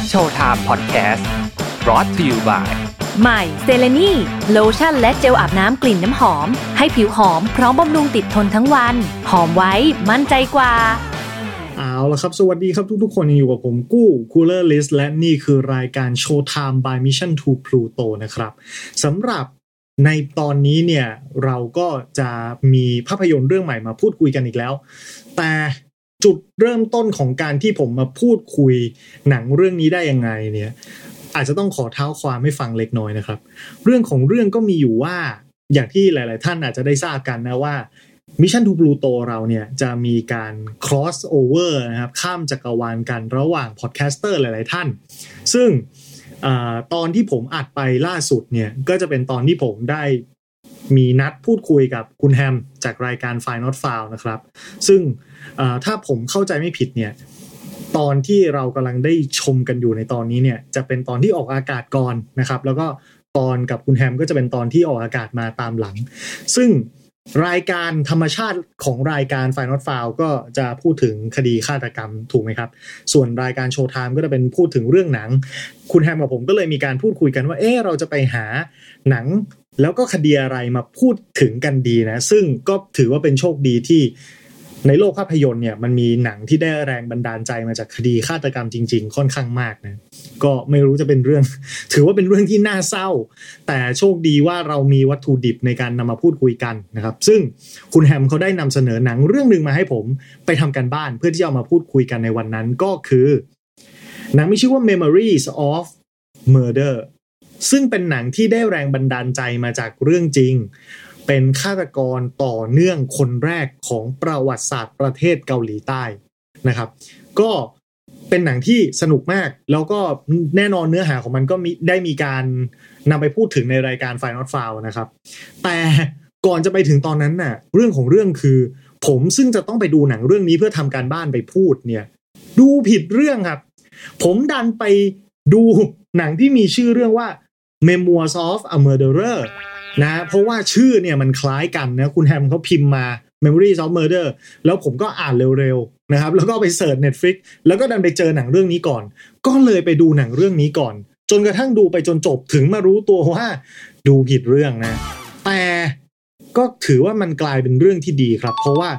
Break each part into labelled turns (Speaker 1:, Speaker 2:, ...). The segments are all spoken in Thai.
Speaker 1: โชว์ไทม์พอดแคสต์ brought to you by
Speaker 2: ใหม่เซเลนีโลชั่นและเจลอาบน้ำกลิ่นน้ำหอมให้ผิวหอมพร้อมบำรุงติดทนทั้งวันหอมไว้มั่นใจกว่า
Speaker 3: เอาล่ะครับสวัสดีครับทุกๆคนยังอยู่กับผมกู้ Cooler List และนี่คือรายการ Showtime by Mission to Pluto นะครับสำหรับในตอนนี้เนี่ยเราก็จะมีภาพยนตร์เรื่องใหม่มาพูดคุยกันอีกแล้วแต่จุดเริ่มต้นของการที่ผมมาพูดคุยหนังเรื่องนี้ได้ยังไงเนี่ยอาจจะต้องขอเท้าความให้ฟังเล็กน้อยนะครับเรื่องของเรื่องก็มีอยู่ว่าอย่างที่หลายๆท่านอาจจะได้ทราบกันนะว่า Mission to Pluto เราเนี่ยจะมีการ cross over นะครับข้ามจักรวาลกันระหว่างพอดแคสเตอร์หลายๆท่านซึ่งตอนที่ผมอัดไปล่าสุดเนี่ยก็จะเป็นตอนที่ผมได้มีนัดพูดคุยกับคุณแฮมจากรายการ File Not Found นะครับซึ่งถ้าผมเข้าใจไม่ผิดเนี่ยตอนที่เรากำลังได้ชมกันอยู่ในตอนนี้เนี่ยจะเป็นตอนที่ออกอากาศก่อนนะครับแล้วก็ตอนกับคุณแฮมก็จะเป็นตอนที่ออกอากาศมาตามหลังซึ่งรายการธรรมชาติของรายการ File Not Found ก็จะพูดถึงคดีฆาตกรรมถูกไหมครับส่วนรายการ Showtime ก็จะเป็นพูดถึงเรื่องหนังคุณแฮมกับผมก็เลยมีการพูดคุยกันว่าเราจะไปหาหนังแล้วก็คดีอะไรมาพูดถึงกันดีนะซึ่งก็ถือว่าเป็นโชคดีที่ในโลกภาพยนตร์เนี่ยมันมีหนังที่ได้แรงบันดาลใจมาจากคดีฆาตกรรมจริงๆค่อนข้างมากนะก็ไม่รู้จะเป็นเรื่อง ถือว่าเป็นเรื่องที่น่าเศร้าแต่โชคดีว่าเรามีวัตถุดิบในการนำมาพูดคุยกันนะครับซึ่งคุณแฮมเขาได้นำเสนอหนังเรื่องนึงมาให้ผมไปทำกันบ้านเพื่อที่จะเอามาพูดคุยกันในวันนั้นก็คือหนังมีชื่อว่า Memories of Murder ซึ่งเป็นหนังที่ได้แรงบันดาลใจมาจากเรื่องจริงเป็นฆาตกรต่อเนื่องคนแรกของประวัติศาสตร์ประเทศเกาหลีใต้นะครับก็เป็นหนังที่สนุกมากแล้วก็แน่นอนเนื้อหาของมันก็ได้มีการนำไปพูดถึงในรายการ File Not Found นะครับแต่ก่อนจะไปถึงตอนนั้นน่ะเรื่องของเรื่องคือผมซึ่งจะต้องไปดูหนังเรื่องนี้เพื่อทำการบ้านไปพูดเนี่ยดูผิดเรื่องครับผมดันไปดูหนังที่มีชื่อเรื่องว่า Memoirs of a Murdererนะเพราะว่าชื่อเนี่ยมันคล้ายกันนะคุณแฮมเขาพิมพ์มา Memories of Murder แล้วผมก็อ่านเร็วๆนะครับแล้วก็ไปเสิร์ช Netflix แล้วก็ดันไปเจอหนังเรื่องนี้ก่อนก็เลยไปดูหนังเรื่องนี้ก่อนจนกระทั่งดูไปจนจบถึงมารู้ตัวว่าดูผิดเรื่องนะแต่ก็ถือว่ามันกลายเป็นเรื่องที่ดีครับเพราะว่า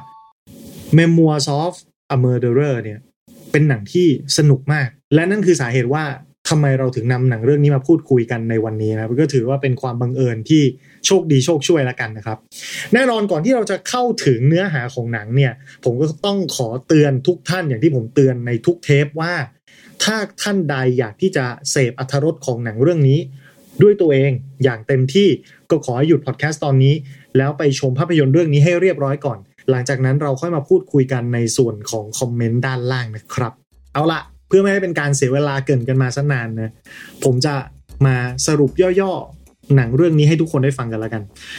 Speaker 3: Memoirs of a Murderer เนี่ยเป็นหนังที่สนุกมากและนั่นคือสาเหตุว่าทำไมเราถึงนำหนังเรื่องนี้มาพูดคุยกันในวันนี้นะก็ถือว่าเป็นความบังเอิญที่โชคดีโชคช่วยละกันนะครับแน่นอนก่อนที่เราจะเข้าถึงเนื้อหาของหนังเนี่ยผมก็ต้องขอเตือนทุกท่านอย่างที่ผมเตือนในทุกเทปว่าถ้าท่านใดอยากที่จะเสพอรรถรสของหนังเรื่องนี้ด้วยตัวเองอย่างเต็มที่ก็ขอหยุดพอดแคสต์ตอนนี้แล้วไปชมภาพยนตร์เรื่องนี้ให้เรียบร้อยก่อนหลังจากนั้นเราค่อยมาพูดคุยกันในส่วนของคอมเมนต์ด้านล่างนะครับเอาละเพื่อไม่ให้เป็นการเสียเวลาเกินกันมาซะนานนะผมจะมาสรุปย่อๆหนังเรื่องนี้ให้ทุกคนได้ฟังกันแล้วกัน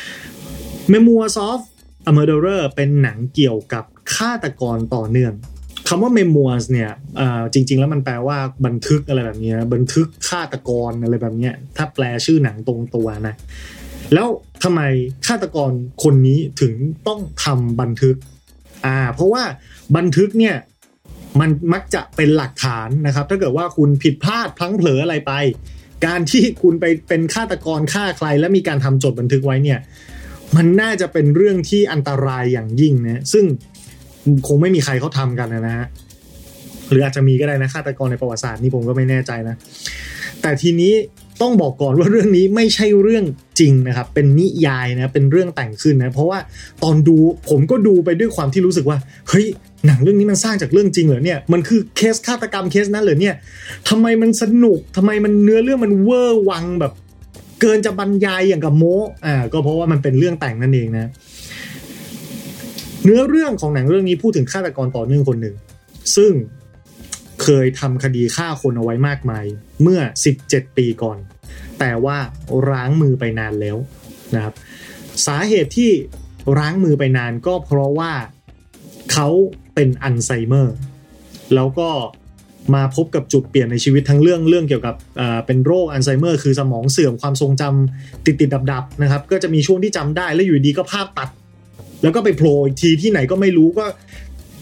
Speaker 3: Memoirs of a Murderer เป็นหนังเกี่ยวกับฆาตกรต่อเนื่องคำว่า Memoirs เนี่ยจริงๆแล้วมันแปลว่าบันทึกอะไรแบบนี้นะบันทึกฆาตกรอะไรแบบนี้ถ้าแปลชื่อหนังตรงตัวนะแล้วทำไมฆาตกรคนนี้ถึงต้องทำบันทึกเพราะว่าบันทึกเนี่ยมันมักจะเป็นหลักฐานนะครับถ้าเกิดว่าคุณผิดพลาดพลั้งเผลออะไรไปการที่คุณไปเป็นฆาตกรฆ่าใครและมีการทำจดบันทึกไว้เนี่ยมันน่าจะเป็นเรื่องที่อันตรายอย่างยิ่งนะซึ่งคงไม่มีใครเขาทำกันนะฮะหรืออาจจะมีก็ได้นะฆาตกรในประวัติศาสตร์นี่ผมก็ไม่แน่ใจนะแต่ทีนี้ต้องบอกก่อนว่าเรื่องนี้ไม่ใช่เรื่องจริงนะครับเป็นนิยายนะเป็นเรื่องแต่งขึ้นนะเพราะว่าตอนดูผมก็ดูไปด้วยความที่รู้สึกว่าเฮ้ยหนังเรื่องนี้มันสร้างจากเรื่องจริงเหรอเนี่ยมันคือเคสฆาตกรรมเคสนั้นเหรอเนี่ยทำไมมันสนุกทำไมมันเนื้อเรื่องมันเวอร์วังแบบเกินจะบรรยายอย่างกับโม้ก็เพราะว่ามันเป็นเรื่องแต่งนั่นเองนะเนื้อเรื่องของหนังเรื่องนี้พูดถึงฆาตกรต่อเนื่องคนหนึ่งซึ่งเคยทำคดีฆ่าคนเอาไว้มากมายเมื่อ17ปีก่อนแต่ว่าร้างมือไปนานแล้วนะครับสาเหตุที่ร้างมือไปนานก็เพราะว่าเขาเป็นอัลไซเมอร์แล้วก็มาพบกับจุดเปลี่ยนในชีวิตทั้งเรื่องเกี่ยวกับเป็นโรคอัลไซเมอร์คือสมองเสื่อมความทรงจำติดดับๆนะครับก็จะมีช่วงที่จำได้แล้วอยู่ดีก็ภาพตัดแล้วก็ไปโผล่อีกทีที่ไหนก็ไม่รู้ก็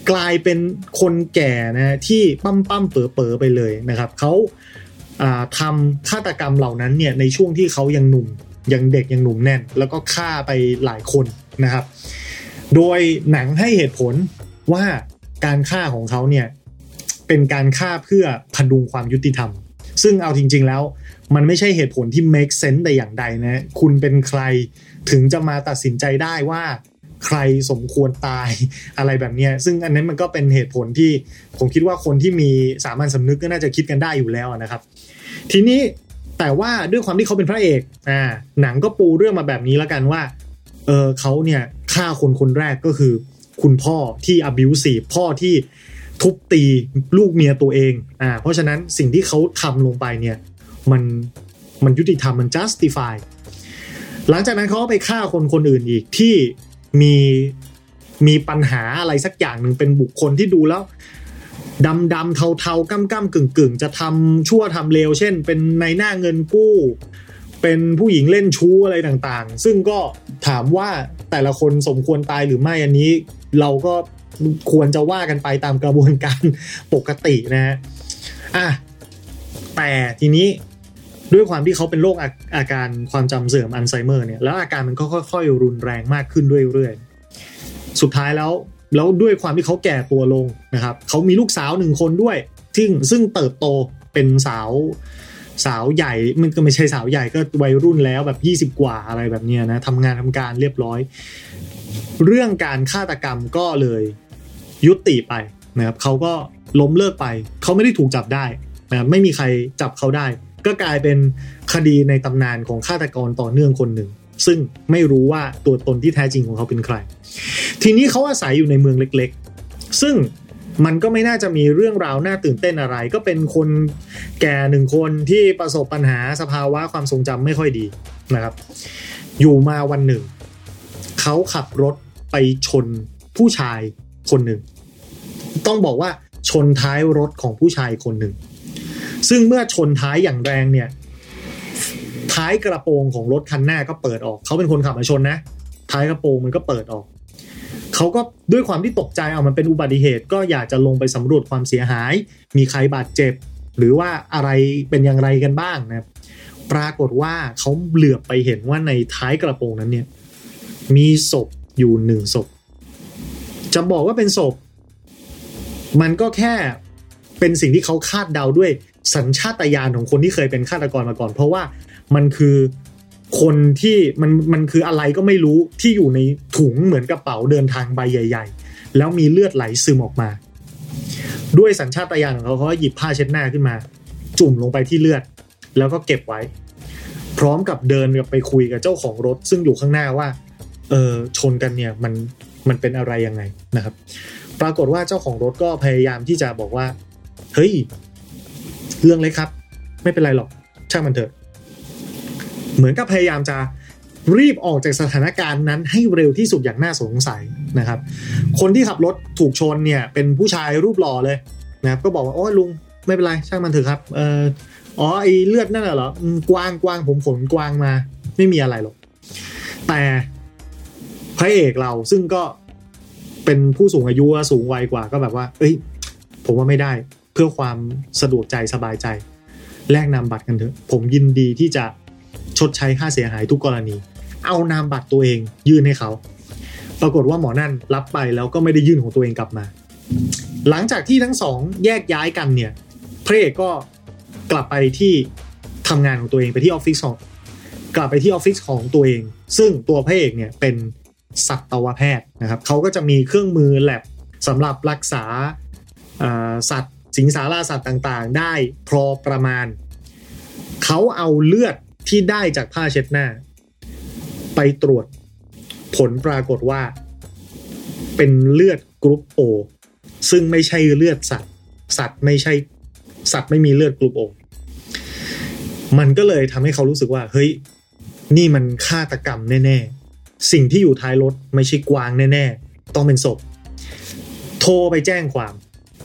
Speaker 3: กลายเป็นคนแก่นะที่ปั้มๆเป๋อๆไปเลยนะครับเขาทำฆาตกรรมเหล่านั้นเนี่ยในช่วงที่เขายังหนุ่มยังเด็กยังหนุ่มแน่นแล้วก็ฆ่าไปหลายคนนะครับโดยหนังให้เหตุผลว่าการฆ่าของเขาเนี่ยเป็นการฆ่าเพื่อพดุงความยุติธรรมซึ่งเอาจริงๆแล้วมันไม่ใช่เหตุผลที่ make sense แต่อย่างใดนะคุณเป็นใครถึงจะมาตัดสินใจได้ว่าใครสมควรตายอะไรแบบนี้ซึ่งอันนั้นมันก็เป็นเหตุผลที่ผมคิดว่าคนที่มีสามัญสำนึกก็น่าจะคิดกันได้อยู่แล้วนะครับทีนี้แต่ว่าด้วยความที่เขาเป็นพระเอกหนังก็ปูเรื่องมาแบบนี้แล้วกันว่าเขาเนี่ยฆ่าคนแรกก็คือคุณพ่อที่ abusive พ่อที่ทุบตีลูกเมียตัวเองเพราะฉะนั้นสิ่งที่เขาทำลงไปเนี่ยมันยุติธรรมมัน justify หลังจากนั้นเขาก็ไปฆ่าคนอื่นอีกที่มีปัญหาอะไรสักอย่างหนึ่งเป็นบุคคลที่ดูแล้วดำเทาก้ำกึ่งจะทำชั่วทำเลวเช่นเป็นนายหน้าเงินกู้เป็นผู้หญิงเล่นชู้อะไรต่างๆซึ่งก็ถามว่าแต่ละคนสมควรตายหรือไม่อันนี้เราก็ควรจะว่ากันไปตามกระบวนการปกตินะฮะแต่ทีนี้ด้วยความที่เขาเป็นโรคอาการความจำเสื่อมอัลไซเมอร์เนี่ยแล้วอาการมันก็ค่อยๆรุนแรงมากขึ้นเรื่อยๆสุดท้ายแล้วด้วยความที่เขาแก่ตัวลงนะครับเขามีลูกสาว1คนด้วยซึ่งเติบโตเป็นสาวใหญ่มันก็ไม่ใช่สาวใหญ่ก็วัยรุ่นแล้วแบบ20กว่าอะไรแบบนี้นะทำงานทำการเรียบร้อยเรื่องการฆาตกรรมก็เลยยุติไปนะครับเขาก็ล้มเลิกไปเขาไม่ได้ถูกจับได้นะไม่มีใครจับเขาได้ก็กลายเป็นคดีในตำนานของฆาตกรต่อเนื่องคนหนึ่งซึ่งไม่รู้ว่าตัวตนที่แท้จริงของเขาเป็นใครทีนี้เขาอาศัยอยู่ในเมืองเล็กๆซึ่งมันก็ไม่น่าจะมีเรื่องราวน่าตื่นเต้นอะไรก็เป็นคนแก่1คนที่ประสบปัญหาสภาวะความทรงจำไม่ค่อยดีนะครับอยู่มาวันหนึ่งเขาขับรถไปชนผู้ชายคนหนึ่งต้องบอกว่าชนท้ายรถของผู้ชายคนหนึ่งซึ่งเมื่อชนท้ายอย่างแรงเนี่ยท้ายกระโปรงของรถคันหน้าก็เปิดออกเขาเป็นคนขับมาชนนะท้ายกระโปรงมันก็เปิดออกเขาก็ด้วยความที่ตกใจมันเป็นอุบัติเหตุก็อยากจะลงไปสำรวจความเสียหายมีใครบาดเจ็บหรือว่าอะไรเป็นอย่างไรกันบ้างนะครับปรากฏว่าเขาเหลือบไปเห็นว่าในท้ายกระโปรงนั้นเนี่ยมีศพอยู่1ศพจะบอกว่าเป็นศพมันก็แค่เป็นสิ่งที่เขาคาดเดาด้วยสัญชาตญาณของคนที่เคยเป็นฆาตกรมาก่อนเพราะว่ามันคือคนที่มันคืออะไรก็ไม่รู้ที่อยู่ในถุงเหมือนกระเป๋าเดินทางใบใหญ่ๆแล้วมีเลือดไหลซึมออกมาด้วยสัญชาตญาณของเขาก็หยิบผ้าเช็ดหน้าขึ้นมาจุ่มลงไปที่เลือดแล้วก็เก็บไว้พร้อมกับเดินไปคุยกับเจ้าของรถซึ่งอยู่ข้างหน้าว่าชนกันเนี่ยมันเป็นอะไรยังไงนะครับปรากฏว่าเจ้าของรถก็พยายามที่จะบอกว่าเฮ้ยเรื่องเล็กครับไม่เป็นไรหรอกช่างมันเถอะเหมือนกับพยายามจะรีบออกจากสถานการณ์นั้นให้เร็วที่สุดอย่างน่าสงสัยนะครับคนที่ขับรถถูกชนเนี่ยเป็นผู้ชายรูปหล่อเลยนะครับก็บอกว่าโอ้ยลุงไม่เป็นไรช่างมันเถอะครับไอเลือดนั่นเหรอกวางผมขนกวางมาไม่มีอะไรหรอกแต่พระเอกเราซึ่งก็เป็นผู้สูงอายุสูงวัยกว่าก็แบบว่าเอ้ยผมว่าไม่ได้เพื่อความสะดวกใจสบายใจแลกนามบัตรกันเถอะผมยินดีที่จะชดใช้ค่าเสียหายทุกกรณีเอานามบัตรตัวเองยื่นให้เขาปรากฏว่าหมอนั่นรับไปแล้วก็ไม่ได้ยื่นของตัวเองกลับมาหลังจากที่ทั้งสองแยกย้ายกันเนี่ยพระเอกก็กลับไปที่ทำงานของตัวเองไปที่ออฟฟิศของตัวเองซึ่งตัวพระเอกเนี่ยเป็นสัตวแพทย์นะครับเขาก็จะมีเครื่องมือแลบสำหรับรักษาสัตว์สิงสาราสัตว์ต่างๆได้พอประมาณเขาเอาเลือดที่ได้จากผ้าเช็ดหน้าไปตรวจผลปรากฏว่าเป็นเลือดกรุ๊ป O ซึ่งไม่ใช่เลือดสัตว์ไม่มีเลือดกรุ๊ป O มันก็เลยทำให้เขารู้สึกว่าเฮ้ยนี่มันฆาตกรรมแน่ๆสิ่งที่อยู่ท้ายรถไม่ใช่กวางแน่ๆต้องเป็นศพโทรไปแจ้งความ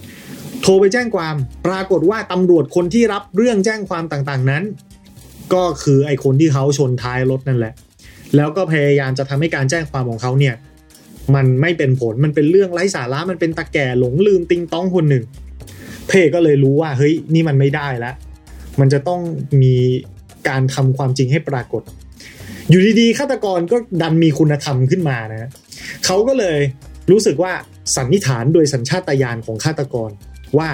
Speaker 3: ปรากฏว่าตำรวจคนที่รับเรื่องแจ้งความต่างๆนั้นก็คือไอ้คนที่เขาชนท้ายรถนั่นแหละแล้วก็พยายามจะทำให้การแจ้งความของเขาเนี่ยมันไม่เป็นผลมันเป็นเรื่องไร้สาระมันเป็นตาแก่หลงลืมติงต้องคนหนึ่งพระเอกก็เลยรู้ว่าเฮ้ยนี่มันไม่ได้แล้วมันจะต้องมีการทำความจริงให้ปรากฏอยู่ดีๆฆาตกรก็ดันมีคุณธรรมขึ้นมานะเขาก็เลยรู้สึกว่าสันนิษฐานโดยสัญชาตญาณของฆาตกรว่า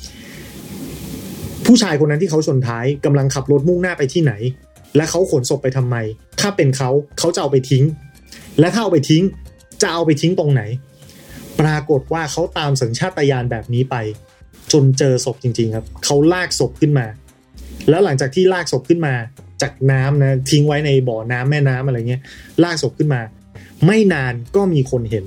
Speaker 3: ผู้ชายคนนั้นที่เขาชนท้ายกำลังขับรถมุ่งหน้าไปที่ไหนและเขาขนศพไปทำไมถ้าเป็นเขาจะเอาไปทิ้งและถ้าเอาไปทิ้งจะเอาไปทิ้งตรงไหนปรากฏว่าเขาตามสัญชาตญาณแบบนี้ไปจนเจอศพจริงๆครับเขาลากศพขึ้นมาแล้วหลังจากที่ลากศพขึ้นมาจากน้ำนะทิ้งไว้ในบ่อน้ำแม่น้ำอะไรเงี้ยลากศพขึ้นมาไม่นานก็มีคนเห็น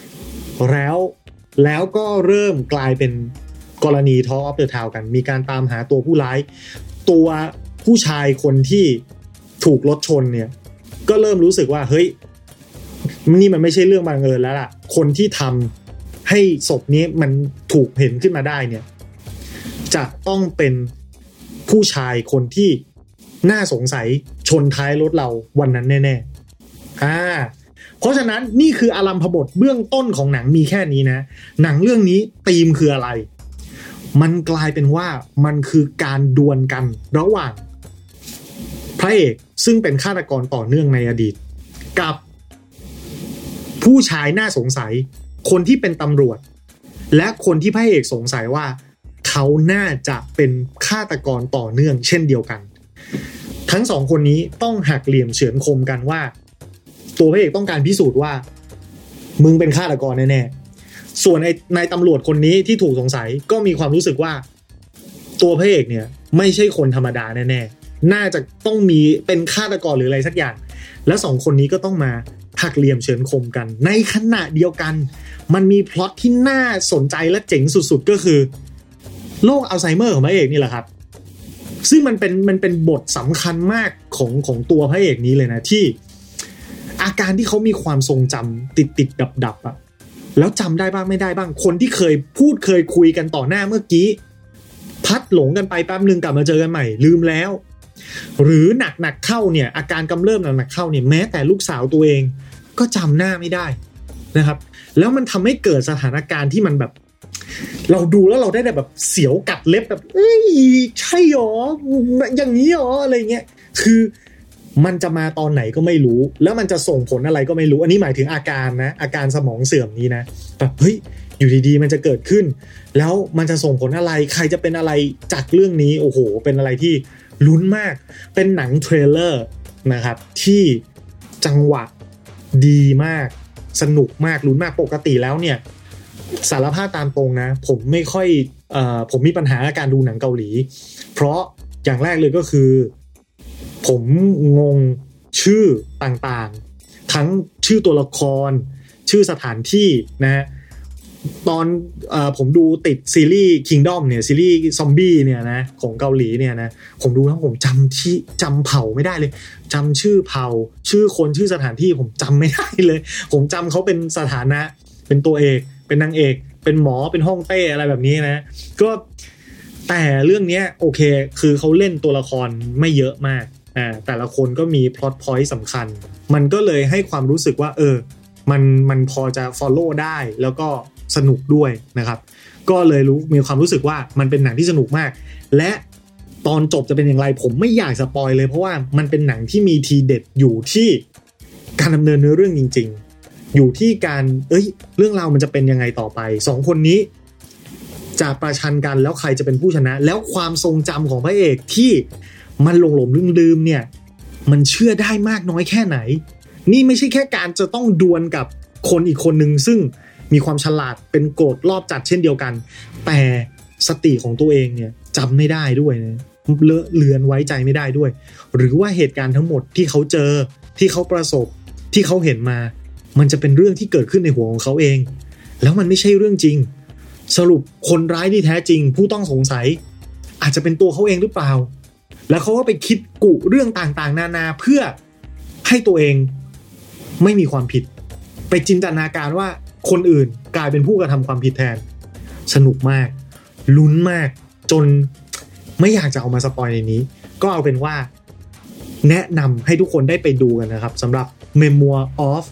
Speaker 3: แล้วก็เริ่มกลายเป็นกรณี Talk of the Town กันมีการตามหาตัวผู้ร้ายตัวผู้ชายคนที่ถูกรถชนเนี่ยก็เริ่มรู้สึกว่าเฮ้ยนี่มันไม่ใช่เรื่องบังเอิญแล้วล่ะคนที่ทำให้ศพนี้มันถูกเห็นขึ้นมาได้เนี่ยจะต้องเป็นผู้ชายคนที่น่าสงสัยชนท้ายรถเราวันนั้นแน่ๆเพราะฉะนั้นนี่คืออารัมพบทเบื้องต้นของหนังมีแค่นี้นะหนังเรื่องนี้ธีมคืออะไรมันกลายเป็นว่ามันคือการดวลกันระหว่างพระเอกซึ่งเป็นฆาตกรต่อเนื่องในอดีตกับผู้ชายน่าสงสัยคนที่เป็นตำรวจและคนที่พระเอกสงสัยว่าเขาน่าจะเป็นฆาตกรต่อเนื่องเช่นเดียวกันทั้งสองคนนี้ต้องหักเหลี่ยมเฉือนคมกันว่าตัวพระเอกต้องการพิสูจน์ว่ามึงเป็นฆาตกรแน่ๆส่วนนายตำรวจคนนี้ที่ถูกสงสัยก็มีความรู้สึกว่าตัวพระเอกเนี่ยไม่ใช่คนธรรมดาแน่ๆน่าจะต้องมีเป็นฆาตกรหรืออะไรสักอย่างแล้วสองคนนี้ก็ต้องมาหักเหลี่ยมเฉือนคมกันในขณะเดียวกันมันมีพล็อตที่น่าสนใจและเจ๋งสุดๆก็คือโรคอัลไซเมอร์ของพระเอกนี่แหละครับซึ่งมันเป็นบทสำคัญมากของตัวพระเอกนี้เลยนะที่อาการที่เขามีความทรงจำติดดับๆอ่ะแล้วจำได้บ้างไม่ได้บ้างคนที่เคยคุยกันต่อหน้าเมื่อกี้พัดหลงกันไปแป๊บนึงกลับมาเจอกันใหม่ลืมแล้วหรือหนักเข้าเนี่ยอาการกำเริบหนักเข้าเนี่ยแม้แต่ลูกสาวตัวเองก็จำหน้าไม่ได้นะครับแล้วมันทำให้เกิดสถานการณ์ที่มันแบบเราดูแล้วเราได้แบบเสียวกัดเล็บแบบเอ้ยใช่หรออย่างนี้หรออะไรเงี้ยคือมันจะมาตอนไหนก็ไม่รู้แล้วมันจะส่งผลอะไรก็ไม่รู้อันนี้หมายถึงอาการนะอาการสมองเสื่อมนี้นะแบบเฮ้ยอยู่ดีๆมันจะเกิดขึ้นแล้วมันจะส่งผลอะไรใครจะเป็นอะไรจากเรื่องนี้โอ้โหเป็นอะไรที่ลุ้นมากเป็นหนังเทรลเลอร์นะครับที่จังหวะดีมากสนุกมากลุ้นมากปกติแล้วเนี่ยสารภาพตามตรงนะผมไม่ค่อยผมมีปัญหาการดูหนังเกาหลีเพราะอย่างแรกเลยก็คือผมงงชื่อต่างๆทั้งชื่อตัวละครชื่อสถานที่นะตอนผมดูติดซีรีส์ Kingdom เนี่ยซีรีส์ซอมบี้เนี่ยนะของเกาหลีเนี่ยนะผมดูแล้วผมจำเผ่าไม่ได้เลยจำชื่อเผ่าชื่อคนชื่อสถานที่ผมจำไม่ได้เลยผมจำเขาเป็นสถานะเป็นตัวเอกเป็นนางเอกเป็นหมอเป็นฮ่องเต้อะไรแบบนี้นะก็แต่เรื่องนี้โอเคคือเขาเล่นตัวละครไม่เยอะมากแต่ละคนก็มีพล็อตพอยต์สำคัญมันก็เลยให้ความรู้สึกว่ามันพอจะ follow ได้แล้วก็สนุกด้วยนะครับก็เลยมีความรู้สึกว่ามันเป็นหนังที่สนุกมากและตอนจบจะเป็นอย่างไรผมไม่อยากสปอยเลยเพราะว่ามันเป็นหนังที่มีทีเด็ดอยู่ที่การดำเนินเนื้อเรื่องจริงๆอยู่ที่การเรื่องราวมันจะเป็นยังไงต่อไปสองคนนี้จะประชันกันแล้วใครจะเป็นผู้ชนะแล้วความทรงจำของพระเอกที่มันหลงลืมเนี่ยมันเชื่อได้มากน้อยแค่ไหนนี่ไม่ใช่แค่การจะต้องดวลกับคนอีกคนนึงซึ่งมีความฉลาดเป็นโกรธรอบจัดเช่นเดียวกันแต่สติของตัวเองเนี่ยจำไม่ได้ด้วยนะเลือนไว้ใจไม่ได้ด้วยหรือว่าเหตุการณ์ทั้งหมดที่เขาเจอที่เขาประสบที่เขาเห็นมามันจะเป็นเรื่องที่เกิดขึ้นในหัวของเขาเองแล้วมันไม่ใช่เรื่องจริงสรุปคนร้ายที่แท้จริงผู้ต้องสงสัยอาจจะเป็นตัวเขาเองหรือเปล่าแล้วเขาก็ไปคิดกุเรื่องต่างๆนานาเพื่อให้ตัวเองไม่มีความผิดไปจินตนาการว่าคนอื่นกลายเป็นผู้กระทำความผิดแทนสนุกมากลุ้นมากจนไม่อยากจะเอามาสปอยในนี้ก็เอาเป็นว่าแนะนำให้ทุกคนได้ไปดูกันนะครับสำหรับ Memoir of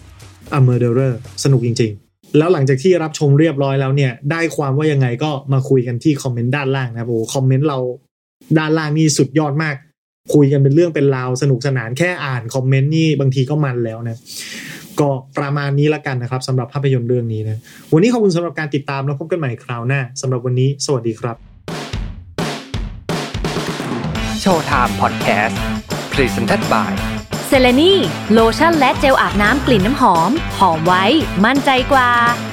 Speaker 3: A Murderer สนุกจริงๆแล้วหลังจากที่รับชมเรียบร้อยแล้วเนี่ยได้ความว่ายังไงก็มาคุยกันที่คอมเมนต์ด้านล่างนะครับโอ้คอมเมนต์เราด้านล่างนี่สุดยอดมากคุยกันเป็นเรื่องเป็นราวสนุกสนานแค่อ่านคอมเมนต์นี่บางทีก็มันแล้วนะก็ประมาณนี้ละกันนะครับสำหรับภาพยนตร์เรื่องนี้นะวันนี้ขอบคุณสำหรับการติดตามแล้วพบกันใหม่คราวหน้าสำหรับวันนี้สวัสดีครับ
Speaker 1: โชว์ไทม์พอดแคสต์ Presented by
Speaker 2: เซเลนีโลชั่นและเจลอาบน้ำกลิ่นน้ำหอมหอมไว้มั่นใจกว่า